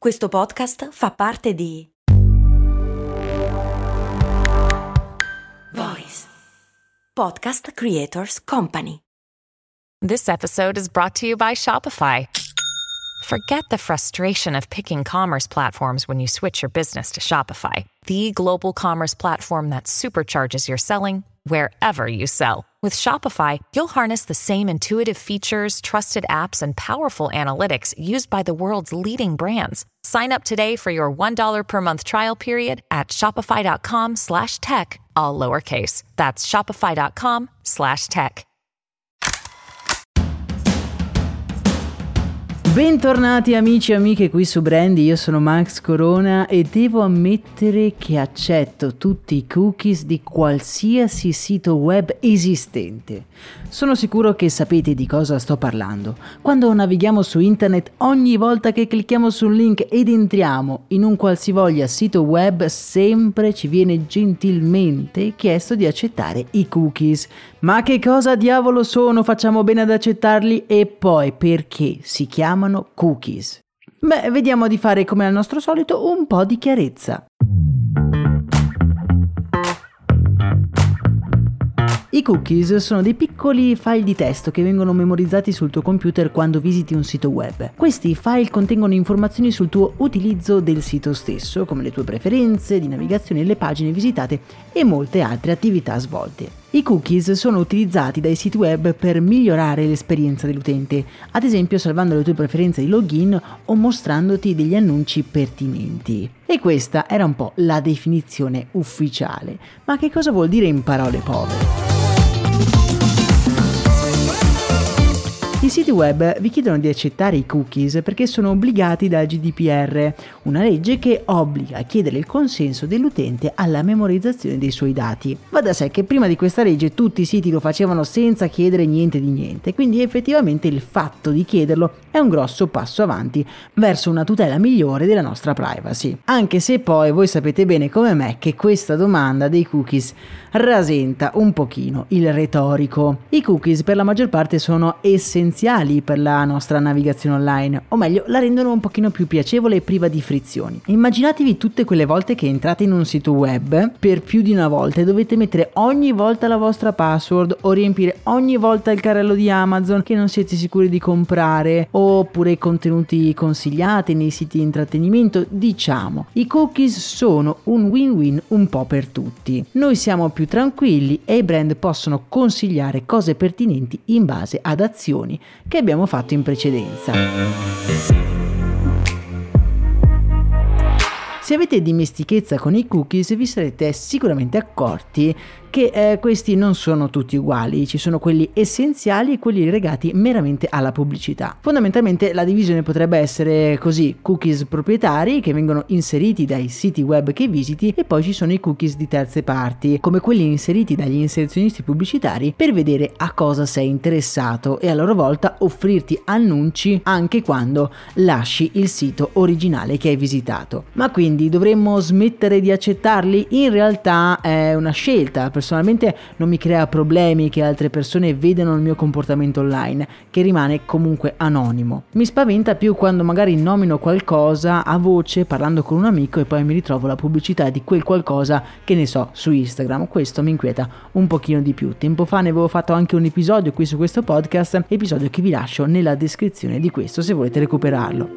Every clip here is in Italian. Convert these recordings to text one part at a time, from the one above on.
Questo podcast fa parte di Voice Podcast Creators Company. This episode is brought to you by Shopify. Forget the frustration of picking commerce platforms when you switch your business to Shopify, the global commerce platform that supercharges your selling wherever you sell. With Shopify, you'll harness the same intuitive features, trusted apps, and powerful analytics used by the world's leading brands. Sign up today for your $1 per month trial period at shopify.com/tech, all lowercase. That's shopify.com/tech. Bentornati amici e amiche qui su Brandy, io sono Max Corona e devo ammettere che accetto tutti i cookies di qualsiasi sito web esistente. Sono sicuro che sapete di cosa sto parlando. Quando navighiamo su internet, ogni volta che clicchiamo su un link ed entriamo in un qualsivoglia sito web, sempre ci viene gentilmente chiesto di accettare i cookies. Ma che cosa diavolo sono? Facciamo bene ad accettarli? E poi perché si chiamano cookies? Beh, vediamo di fare come al nostro solito un po' di chiarezza. I cookies sono dei piccoli file di testo che vengono memorizzati sul tuo computer quando visiti un sito web. Questi file contengono informazioni sul tuo utilizzo del sito stesso, come le tue preferenze di navigazione, le pagine visitate e molte altre attività svolte. I cookies sono utilizzati dai siti web per migliorare l'esperienza dell'utente, ad esempio salvando le tue preferenze di login o mostrandoti degli annunci pertinenti. E questa era un po' la definizione ufficiale. Ma che cosa vuol dire in parole povere? I siti web vi chiedono di accettare i cookies perché sono obbligati dal GDPR, una legge che obbliga a chiedere il consenso dell'utente alla memorizzazione dei suoi dati. Va da sé che prima di questa legge tutti i siti lo facevano senza chiedere niente di niente, quindi effettivamente il fatto di chiederlo è un grosso passo avanti verso una tutela migliore della nostra privacy. Anche se poi voi sapete bene come me che questa domanda dei cookies rasenta un pochino il retorico. I cookies per la maggior parte sono essenziali per la nostra navigazione online, o meglio la rendono un pochino più piacevole e priva di frizioni. Immaginatevi tutte quelle volte che entrate in un sito web per più di una volta e dovete mettere ogni volta la vostra password o riempire ogni volta il carrello di Amazon che non siete sicuri di comprare, oppure contenuti consigliati nei siti di intrattenimento. Diciamo, i cookies sono un win-win un po' per tutti. Noi siamo più tranquilli e i brand possono consigliare cose pertinenti in base ad azioni che abbiamo fatto in precedenza. Se avete dimestichezza con i cookies vi sarete sicuramente accorti che questi non sono tutti uguali, ci sono quelli essenziali e quelli legati meramente alla pubblicità. Fondamentalmente la divisione potrebbe essere così: cookies proprietari che vengono inseriti dai siti web che visiti, e poi ci sono i cookies di terze parti, come quelli inseriti dagli inserzionisti pubblicitari per vedere a cosa sei interessato e a loro volta offrirti annunci anche quando lasci il sito originale che hai visitato. Ma quindi dovremmo smettere di accettarli? In realtà è una scelta. Personalmente non mi crea problemi che altre persone vedano il mio comportamento online, che rimane comunque anonimo. Mi spaventa più quando magari nomino qualcosa a voce parlando con un amico e poi mi ritrovo la pubblicità di quel qualcosa, che ne so, su Instagram. Questo mi inquieta un pochino di più. Tempo fa ne avevo fatto anche un episodio qui su questo podcast, episodio che vi lascio nella descrizione di questo se volete recuperarlo.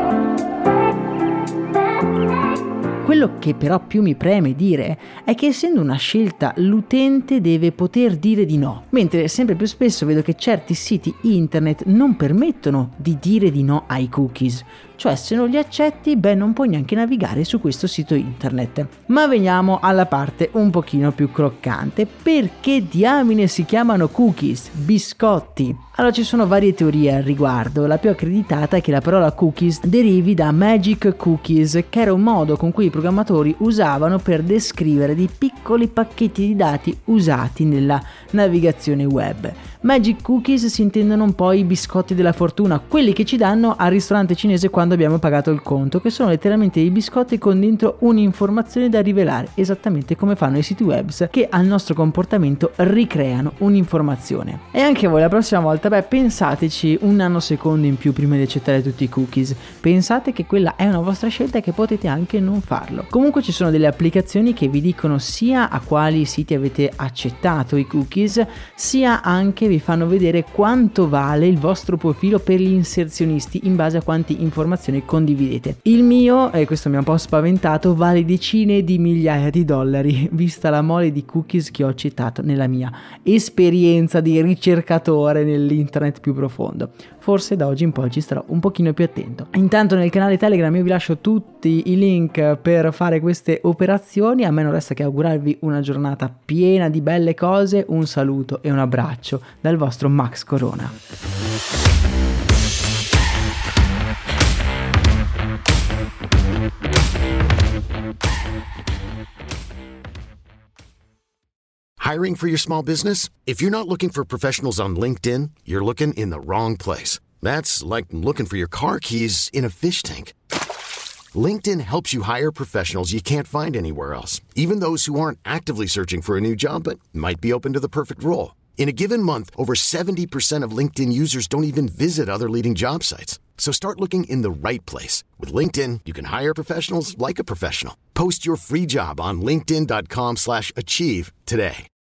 Quello che però più mi preme dire è che, essendo una scelta, l'utente deve poter dire di no, mentre sempre più spesso vedo che certi siti internet non permettono di dire di no ai cookies. Cioè, se non li accetti, non puoi neanche navigare su questo sito internet. Ma veniamo alla parte un pochino più croccante. Perché diamine si chiamano cookies? Biscotti? Allora, ci sono varie teorie al riguardo. La più accreditata è che la parola cookies derivi da magic cookies, che era un modo con cui i programmatori usavano per descrivere dei piccoli pacchetti di dati usati nella navigazione web. Magic cookies si intendono un po' i biscotti della fortuna, quelli che ci danno al ristorante cinese quando abbiamo pagato il conto, che sono letteralmente i biscotti con dentro un'informazione da rivelare, esattamente come fanno i siti web che al nostro comportamento ricreano un'informazione. E anche voi la prossima volta, pensateci un nanosecondo in più prima di accettare tutti i cookies. Pensate che quella è una vostra scelta e che potete anche non farlo. Comunque ci sono delle applicazioni che vi dicono sia a quali siti avete accettato i cookies, sia anche vi fanno vedere quanto vale il vostro profilo per gli inserzionisti in base a quante informazioni condividete. Il mio, e questo mi ha un po' spaventato, vale decine di migliaia di dollari, vista la mole di cookies che ho accettato nella mia esperienza di ricercatore nell'internet più profondo. Forse da oggi in poi ci starò un pochino più attento. Intanto nel canale Telegram io vi lascio tutti i link per fare queste operazioni. A me non resta che augurarvi una giornata piena di belle cose. Un saluto e un abbraccio dal vostro Max Corona. Hiring for your small business? If you're not looking for professionals on LinkedIn, you're looking in the wrong place. That's like looking for your car keys in a fish tank. LinkedIn helps you hire professionals you can't find anywhere else, even those who aren't actively searching for a new job but might be open to the perfect role. In a given month, over 70% of LinkedIn users don't even visit other leading job sites. So start looking in the right place. With LinkedIn, you can hire professionals like a professional. Post your free job on linkedin.com/achieve today.